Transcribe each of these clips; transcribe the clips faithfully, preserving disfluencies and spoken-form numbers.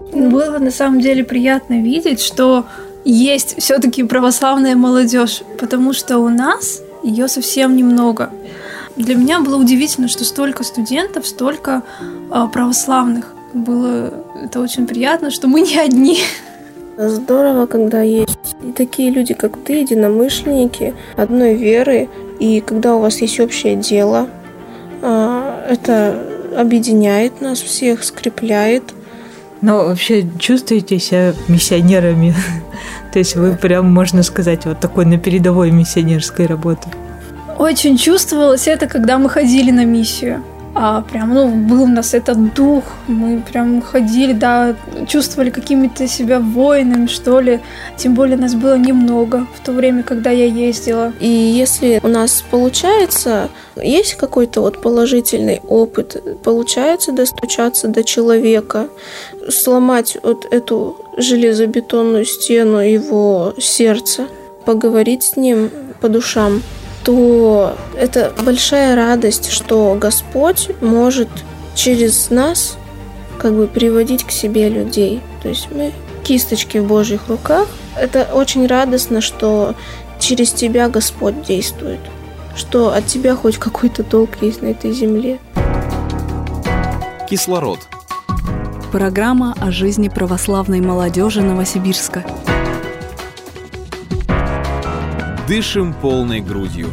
Было на самом деле приятно видеть, что есть все-таки православная молодежь, потому что у нас ее совсем немного. Для меня было удивительно, что столько студентов, столько а, православных. Было это очень приятно, что мы не одни. Здорово, когда есть и такие люди, как ты, единомышленники одной веры, и когда у вас есть общее дело, это объединяет нас всех, скрепляет. Но вообще чувствуете себя миссионерами? То есть вы прям, можно сказать, вот такой на передовой миссионерской работы. Очень чувствовалось это, когда мы ходили на миссию. А прям, ну, был у нас этот дух, мы прям ходили, да, чувствовали какими-то себя воинами, что ли. Тем более нас было немного в то время, когда я ездила. И если у нас получается, есть какой-то вот положительный опыт, получается достучаться до человека, сломать вот эту железобетонную стену его сердца, поговорить с ним по душам, то это большая радость, что Господь может через нас как бы приводить к себе людей. То есть мы кисточки в Божьих руках. Это очень радостно, что через тебя Господь действует, что от тебя хоть какой-то толк есть на этой земле. Кислород. Программа о жизни православной молодежи Новосибирска. Дышим полной грудью.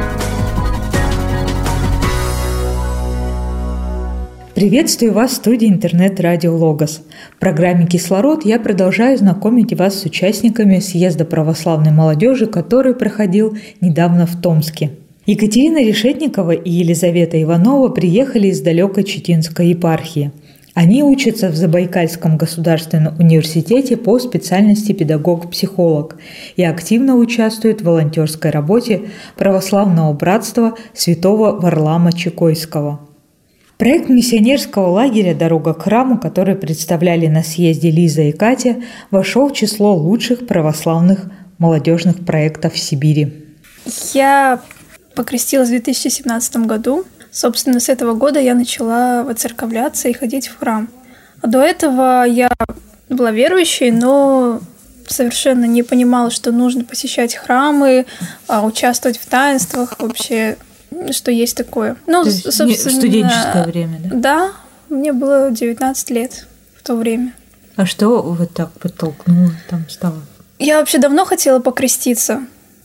Приветствую вас в студии интернет-радио «Логос». В программе «Кислород» я продолжаю знакомить вас с участниками съезда православной молодежи, который проходил недавно в Томске. Екатерина Решетникова и Елизавета Иванова приехали из далекой Читинской епархии. Они учатся в Забайкальском государственном университете по специальности педагог-психолог и активно участвуют в волонтерской работе Православного братства святого Варлаама Чекойского. Проект миссионерского лагеря «Дорога к храму», который представляли на съезде Лиза и Катя, вошел в число лучших православных молодежных проектов в Сибири. Я покрестилась в две тысячи семнадцатом году. Собственно, с этого года я начала воцерковляться и ходить в храм. До этого я была верующей, но совершенно не понимала, что нужно посещать храмы, участвовать в таинствах, вообще, что есть такое. Ну, то есть собственно, студенческое время, да? Да, мне было девятнадцать лет в то время. А что вот так подтолкнуло, там стало? Я вообще давно хотела покреститься,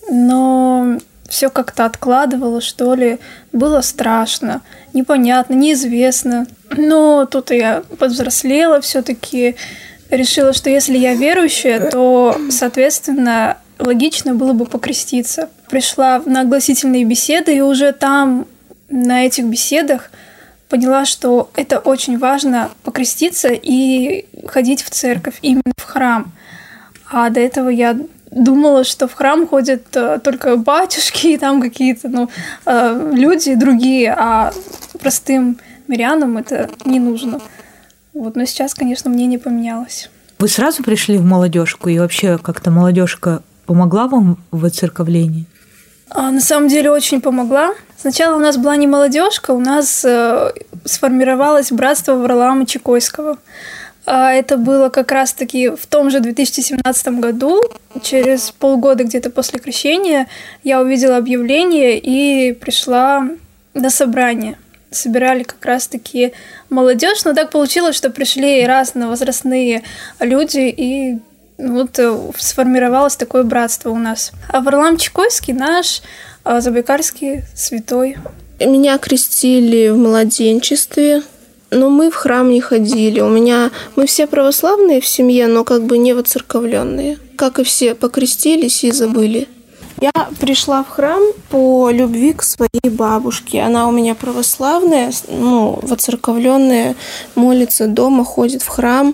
но все как-то откладывала, что ли. Было страшно, непонятно, неизвестно. Но тут я повзрослела все-таки, решила, что если я верующая, то, соответственно, логично было бы покреститься. Пришла на огласительные беседы, и уже там, на этих беседах, поняла, что это очень важно покреститься и ходить в церковь, именно в храм. А до этого я думала, что в храм ходят только батюшки и там какие-то ну, люди другие, а простым мирянам это не нужно. Вот. Но сейчас, конечно, мнение поменялось. Вы сразу пришли в молодежку, и вообще как-то молодежка помогла вам в воцерковлении? А, на самом деле очень помогла. Сначала у нас была не молодежка, у нас э, сформировалось братство Варлаама Чекойского. Это было как раз-таки в том же две тысячи семнадцатом году. Через полгода где-то после крещения я увидела объявление и пришла на собрание. Собирали как раз-таки молодежь, но так получилось, что пришли разновозрастные люди, и вот сформировалось такое братство у нас. А Варлаам Чекойский наш забайкальский святой. Меня крестили в младенчестве. Но мы в храм не ходили. У меня мы все православные в семье, но как бы не воцерковленные. Как и все, покрестились и забыли. Я пришла в храм по любви к своей бабушке. Она у меня православная, ну, воцерковленная, молится дома, ходит в храм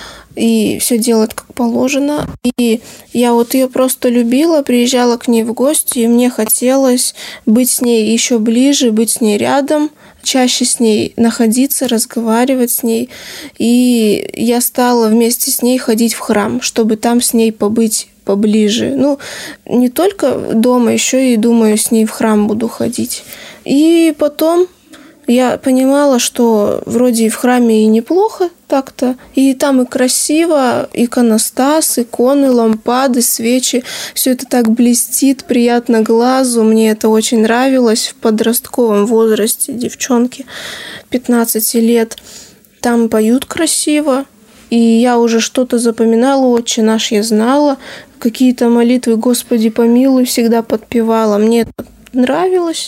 и все делает как положено. И я вот ее просто любила, приезжала к ней в гости, и мне хотелось быть с ней еще ближе, быть с ней рядом, чаще с ней находиться, разговаривать с ней. И я стала вместе с ней ходить в храм, чтобы там с ней побыть поближе. Ну, не только дома, еще и, думаю, с ней в храм буду ходить. И потом Я понимала, что вроде и в храме и неплохо так-то. И там и красиво, иконостас, иконы, лампады, свечи. Все это так блестит, приятно глазу. Мне это очень нравилось в подростковом возрасте, девчонки пятнадцати лет. Там поют красиво. И я уже что-то запоминала, «Отче наш» я знала. Какие-то молитвы «Господи помилуй» всегда подпевала. Мне это нравилось.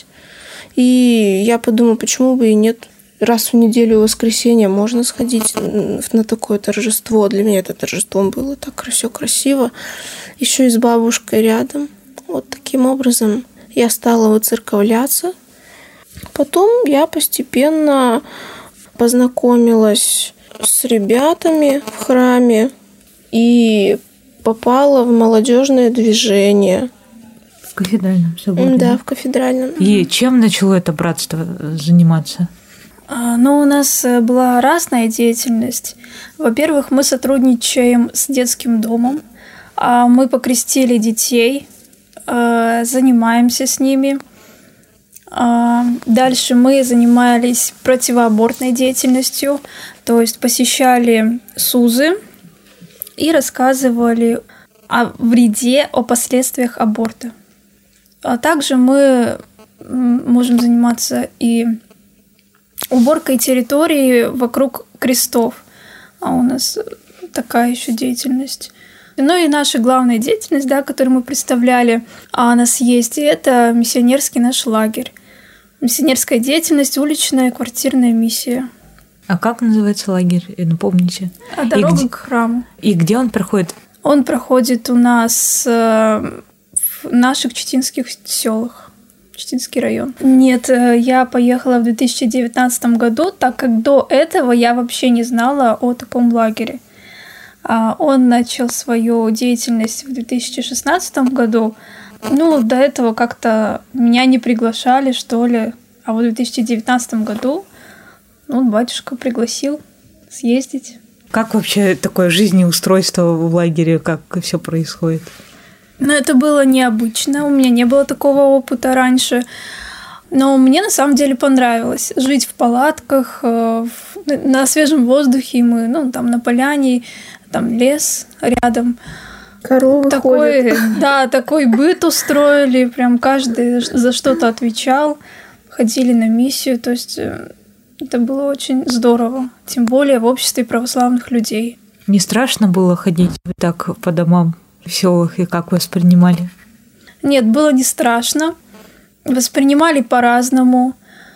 И я подумала, почему бы и нет. Раз в неделю, в воскресенье, можно сходить на такое торжество. Для меня это торжеством было так все красиво. Еще и с бабушкой рядом. Вот таким образом я стала выцерковляться. Потом я постепенно познакомилась с ребятами в храме и попала в молодежное движение. В кафедральном соборе? Да, в кафедральном. И чем начало это братство заниматься? А, ну, у нас была разная деятельность. Во-первых, мы сотрудничаем с детским домом. А мы покрестили детей, а, занимаемся с ними. А, дальше мы занимались противоабортной деятельностью, то есть посещали СУЗы и рассказывали о вреде, о последствиях аборта. А также мы можем заниматься и уборкой территории вокруг крестов. А у нас такая еще деятельность. Ну и наша главная деятельность, да, которую мы представляли на съезде, это миссионерский наш лагерь. Миссионерская деятельность, уличная квартирная миссия. А как называется лагерь? Напомните. А дорога где... к храму. И где он проходит? Он проходит у нас в наших читинских селах. Читинский район. Нет, я поехала в две тысячи девятнадцатом году, так как до этого я вообще не знала о таком лагере. Он начал свою деятельность в две тысячи шестнадцатом году. Ну, до этого как-то меня не приглашали, что ли. А вот в две тысячи девятнадцатом году, ну, батюшка пригласил съездить. Как вообще такое жизнеустройство в лагере, как все происходит? Ну, это было необычно, у меня не было такого опыта раньше, но мне на самом деле понравилось жить в палатках, на свежем воздухе, мы, ну, там на поляне, там лес рядом. Коровы такой, ходят. Да, такой быт устроили, прям каждый за что-то отвечал, ходили на миссию, то есть это было очень здорово, тем более в обществе православных людей. Не страшно было ходить так по домам в селах, и как воспринимали? Нет, было не страшно. Воспринимали по-разному.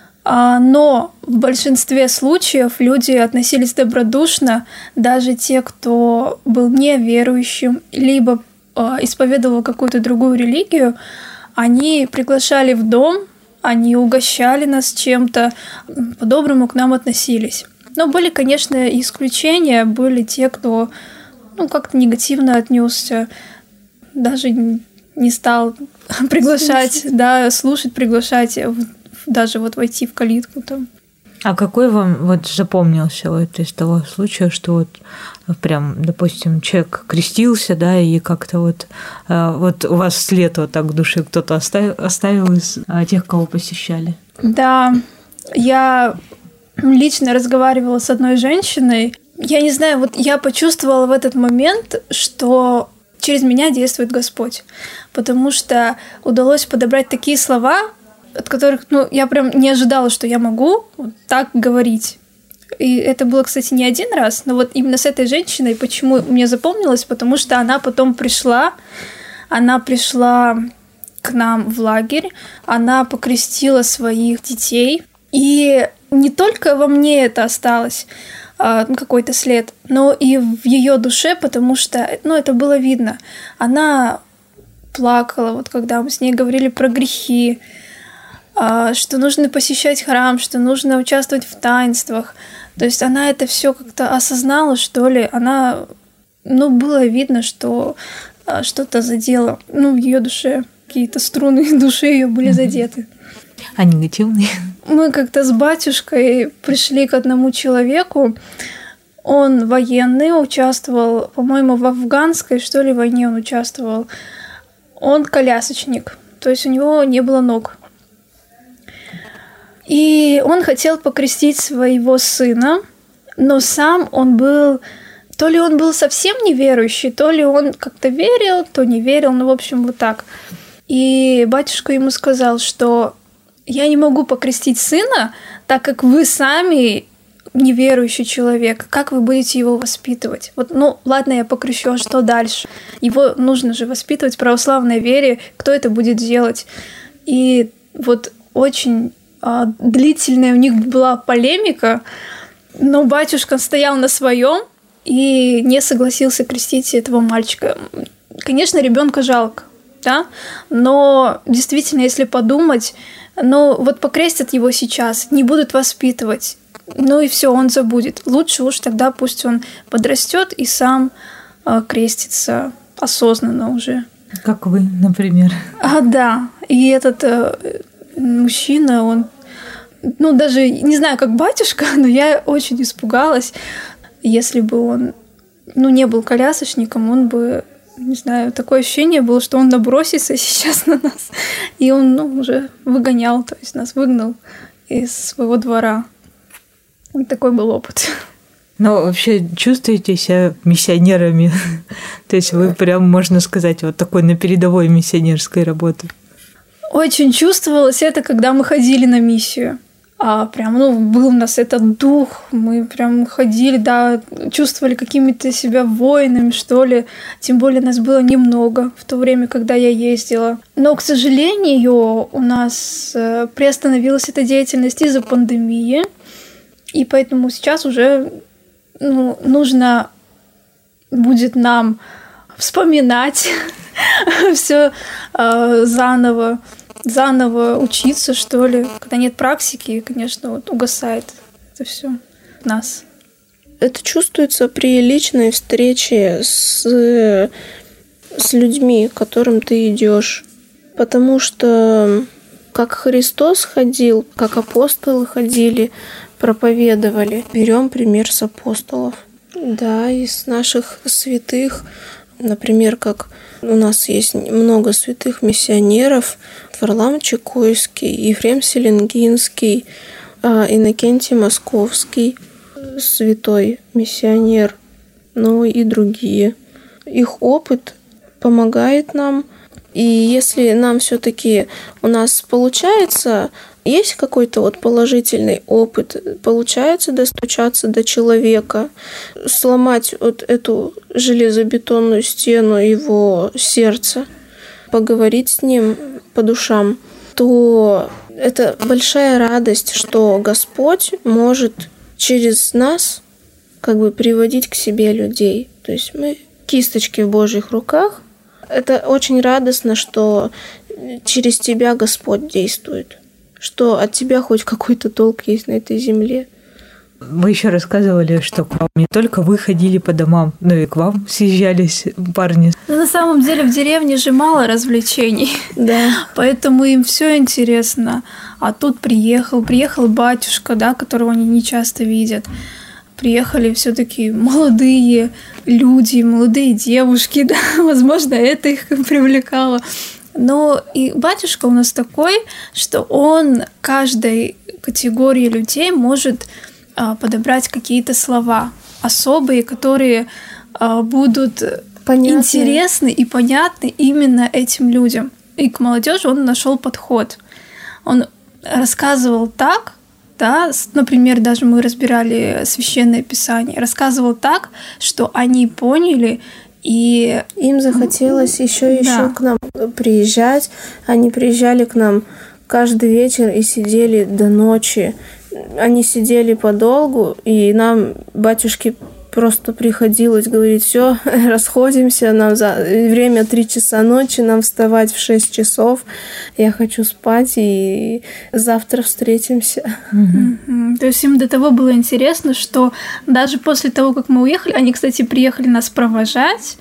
Но в большинстве случаев люди относились добродушно, даже те, кто был неверующим, либо исповедовал какую-то другую религию, они приглашали в дом, они угощали нас чем-то, по-доброму к нам относились. Но были, конечно, исключения, были те, кто ну, как-то негативно отнесся, даже не стал приглашать, слушать. да, слушать, приглашать, даже вот войти в калитку там. А какой вам вот запомнился вот из того случая, что вот прям, допустим, человек крестился, да, и как-то вот, вот у вас след вот так в душе кто-то оставил, оставил из тех, кого посещали? Да, я лично разговаривала с одной женщиной. Я не знаю, вот я почувствовала в этот момент, что через меня действует Господь, потому что удалось подобрать такие слова, от которых, ну, я прям не ожидала, что я могу вот так говорить. И это было, кстати, не один раз, но вот именно с этой женщиной, почему мне запомнилось, потому что она потом пришла, она пришла к нам в лагерь, она покрестила своих детей, и не только во мне это осталось, какой-то след, но и в ее душе, потому что, ну, это было видно. Она плакала, вот когда мы с ней говорили про грехи, что нужно посещать храм, что нужно участвовать в таинствах. То есть она это все как-то осознала, что ли. Она, ну, было видно, что что-то задело. Ну, в ее душе какие-то струны души ее были задеты. А негативные? Мы как-то с батюшкой пришли к одному человеку. Он военный, участвовал, по-моему, в афганской, что ли, войне он участвовал. Он колясочник, то есть у него не было ног. И он хотел покрестить своего сына, но сам он был... То ли он был совсем неверующий, то ли он как-то верил, то не верил, ну, в общем, вот так. И батюшка ему сказал, что я не могу покрестить сына, так как вы сами неверующий человек. Как вы будете его воспитывать? Вот, ну, ладно, я покрещу, а что дальше? Его нужно же воспитывать в православной вере. Кто это будет делать? И вот очень а, длительная у них была полемика, но батюшка стоял на своем и не согласился крестить этого мальчика. Конечно, ребенка жалко, да, но действительно, если подумать, ну вот покрестят его сейчас, не будут воспитывать, ну и все, он забудет. Лучше уж тогда пусть он подрастет и сам э, крестится осознанно уже. Как вы, например. А, да, и этот э, мужчина, он, ну даже не знаю, как батюшка, но я очень испугалась. Если бы он, ну, не был колясочником, он бы, не знаю, такое ощущение было, что он набросится сейчас на нас. И он, ну, уже выгонял, то есть нас выгнал из своего двора. Вот такой был опыт. Но вообще чувствуете себя миссионерами? То есть вы прям, можно сказать, вот такой на передовой миссионерской работы? Очень чувствовалось это, когда мы ходили на миссию. А прям, ну, был у нас этот дух, мы прям ходили, да, чувствовали какими-то себя воинами, что ли. Тем более нас было немного в то время, когда я ездила. Но, к сожалению, у нас приостановилась эта деятельность из-за пандемии. И поэтому сейчас уже, ну, нужно будет нам вспоминать все заново. заново учиться, что ли. Когда нет практики, конечно, вот угасает это все нас. Это чувствуется при личной встрече с, с людьми, к которым ты идешь. Потому что как Христос ходил, как апостолы ходили, проповедовали. Берем пример с апостолов. Да, из наших святых, например, как у нас есть много святых миссионеров, Варлам Чекойский, Ефрем Селенгинский, Иннокентий Московский, святой миссионер, ну и другие. Их опыт помогает нам. И если нам все-таки у нас получается, есть какой-то вот положительный опыт, получается достучаться до человека, сломать вот эту железобетонную стену его сердца, поговорить с ним по душам, то это большая радость, что Господь может через нас как бы приводить к себе людей. То есть мы кисточки в Божьих руках. Это очень радостно, что через тебя Господь действует, что от тебя хоть какой-то толк есть на этой земле. Вы еще рассказывали, что к вам не только вы ходили по домам, но и к вам съезжались парни. Но на самом деле в деревне же мало развлечений, да. Поэтому им все интересно. А тут приехал, приехал батюшка, да, которого они не часто видят. Приехали все-таки молодые люди, молодые девушки, да, возможно, это их привлекало. Но и батюшка у нас такой, что он каждой категории людей может а, подобрать какие-то слова особые, которые а, будут понятны. Интересны и понятны именно этим людям. И к молодежи он нашел подход. Он рассказывал так, да, например, даже мы разбирали Священное Писание, рассказывал так, что они поняли, и им захотелось еще и да. еще к нам приезжать. Они приезжали к нам каждый вечер и сидели до ночи. Они сидели подолгу, и нам батюшке просто приходилось говорить: все, расходимся, нам за время три часа ночи, нам вставать в шесть часов, я хочу спать, и завтра встретимся. Mm-hmm. То есть им до того было интересно, что даже после того, как мы уехали, они, кстати, приехали нас провожать,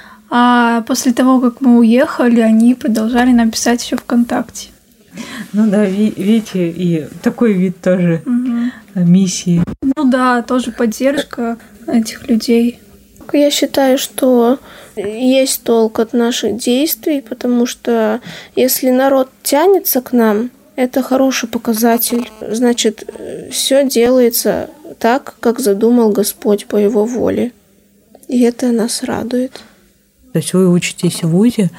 а после того, как мы уехали, они продолжали нам писать еще ВКонтакте. Ну да, видите, и такой вид тоже mm-hmm. миссии. Ну да, тоже поддержка этих людей. Я считаю, что есть толк от наших действий, потому что если народ тянется к нам, Это хороший показатель. Значит, все делается так, как задумал Господь по Его воле. И это нас радует. То есть вы учитесь в вузе,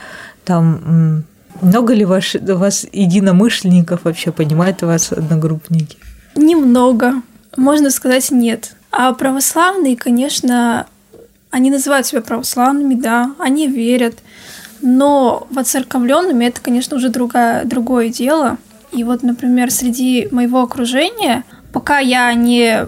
там много ли ваш, у вас единомышленников вообще, понимают вас одногруппники? Немного. Можно сказать, нет. А православные, конечно, они называют себя православными, да, они верят. Но воцерковленными это, конечно, уже другое, другое дело. И вот, например, среди моего окружения, пока я не,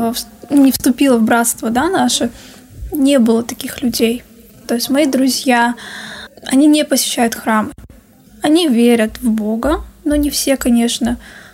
не вступила в братство, да, наше, не было таких людей. То есть мои друзья, они не посещают храмы. Они верят в Бога, но не все, конечно.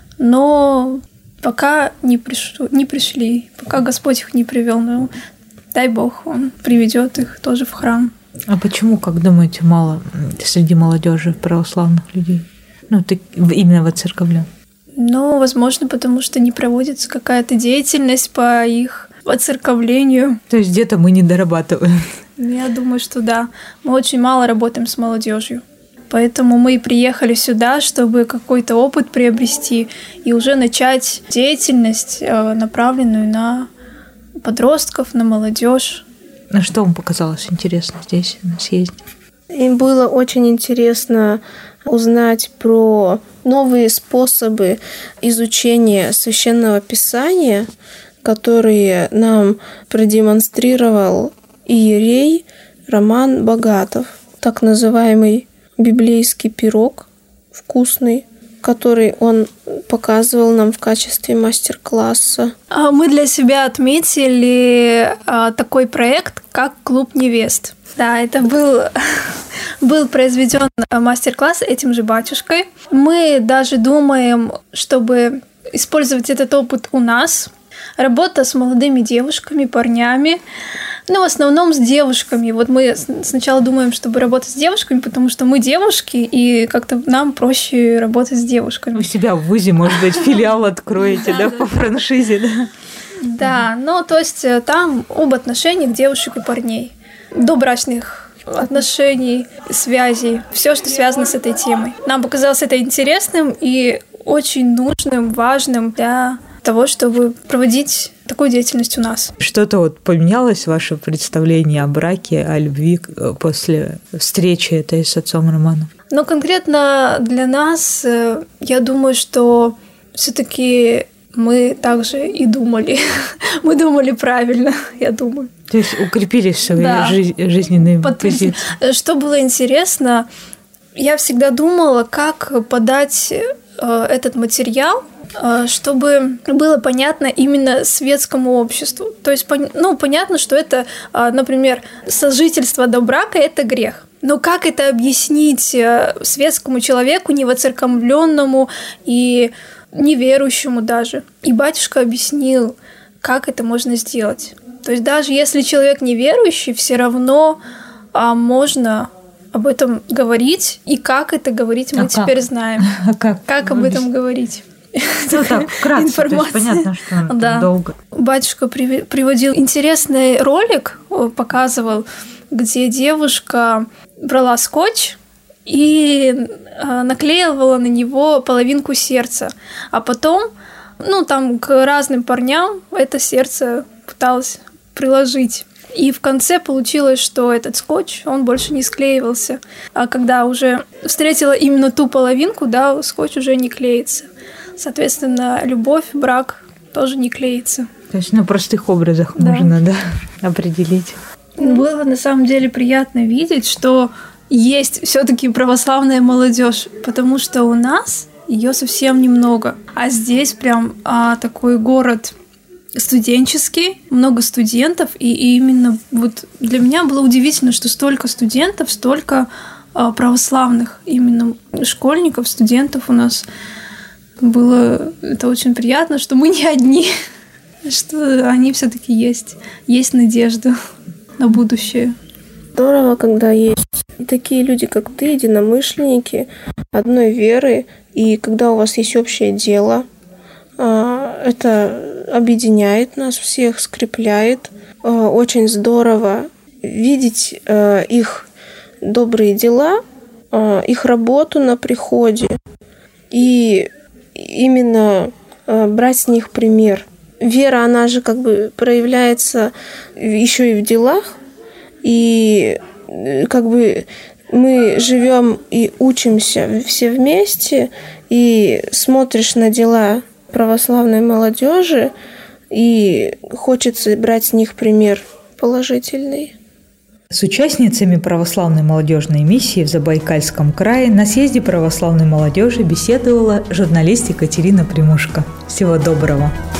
Но пока не, пришло, не пришли, пока Господь их не привел, ну, дай Бог, Он приведет их тоже в храм. А почему, как думаете, мало среди молодежи православных людей? Ну, так, именно воцерковлен? Ну, возможно, потому что не проводится какая-то деятельность по их воцерковлению. То есть где-то мы не дорабатываем. Я думаю, что да. Мы очень мало работаем с молодежью. Поэтому мы и приехали сюда, чтобы какой-то опыт приобрести и уже начать деятельность, направленную на подростков, на молодежь. А что вам показалось интересно здесь, на съезде? Им было очень интересно узнать про новые способы изучения Священного Писания, которые нам продемонстрировал иерей Роман Богатов, так называемый библейский пирог вкусный, который он показывал нам в качестве мастер-класса. Мы для себя отметили такой проект, как «Клуб невест». Да, это был, был произведен мастер-класс этим же батюшкой. Мы даже думаем, чтобы использовать этот опыт у нас. Работа с молодыми девушками, парнями. Ну, в основном с девушками. Вот мы сначала думаем, чтобы работать с девушками, потому что мы девушки, и как-то нам проще работать с девушками. У себя в вузе, может быть, филиал откроете, да, по франшизе, да? Да, ну, то есть там об отношениях девушек и парней. До брачных отношений, связей, все, что связано с этой темой. Нам показалось это интересным и очень нужным, важным для того, чтобы проводить такую деятельность у нас. Что-то вот поменялось ваше представление о браке, о любви после встречи этой с отцом Романом? Ну, конкретно для нас, я думаю, что все-таки мы также и думали. Мы думали правильно, я думаю. То есть укрепили свои да. жи- жизненные Под... позиции. Что было интересно, я всегда думала, как подать э, этот материал, э, чтобы было понятно именно светскому обществу. То есть, ну, понятно, что это, э, например, сожительство до брака – это грех. Но как это объяснить светскому человеку, невоцерковленному и неверующему даже? И батюшка объяснил, как это можно сделать. То есть даже если человек неверующий, все равно а, можно об этом говорить. И как это говорить, мы а теперь как? знаем. А как? Как об этом говорить? Ну так, вкратце, информация. То есть понятно, что да. долго. Батюшка приводил интересный ролик, показывал, где девушка брала скотч и наклеивала на него половинку сердца. А потом, ну, там к разным парням это сердце пыталась приложить. И в конце получилось, что этот скотч, он больше не склеивался. А когда уже встретила именно ту половинку, да, скотч уже не клеится. Соответственно, любовь, брак тоже не клеится. То есть на простых образах да. можно, да, определить. Было на самом деле приятно видеть, что есть все-таки православная молодежь, потому что у нас ее совсем немного. А здесь прям а, такой город студенческий, много студентов, и, и именно вот для меня было удивительно, что столько студентов, столько а, православных именно школьников, студентов у нас было. Это очень приятно, что мы не одни, что они все-таки есть, есть надежда на будущее. Здорово, когда есть такие люди, как ты, единомышленники одной веры, и когда у вас есть общее дело, это объединяет нас всех, скрепляет. Очень здорово видеть их добрые дела, их работу на приходе. И именно брать с них пример. Вера, она же как бы проявляется еще и в делах, и как бы мы живем и учимся все вместе, и смотришь на дела православной молодежи, и хочется брать с них пример положительный. С участницами православной молодежной миссии в Забайкальском крае на съезде православной молодежи беседовала журналист Екатерина Примушко. Всего доброго!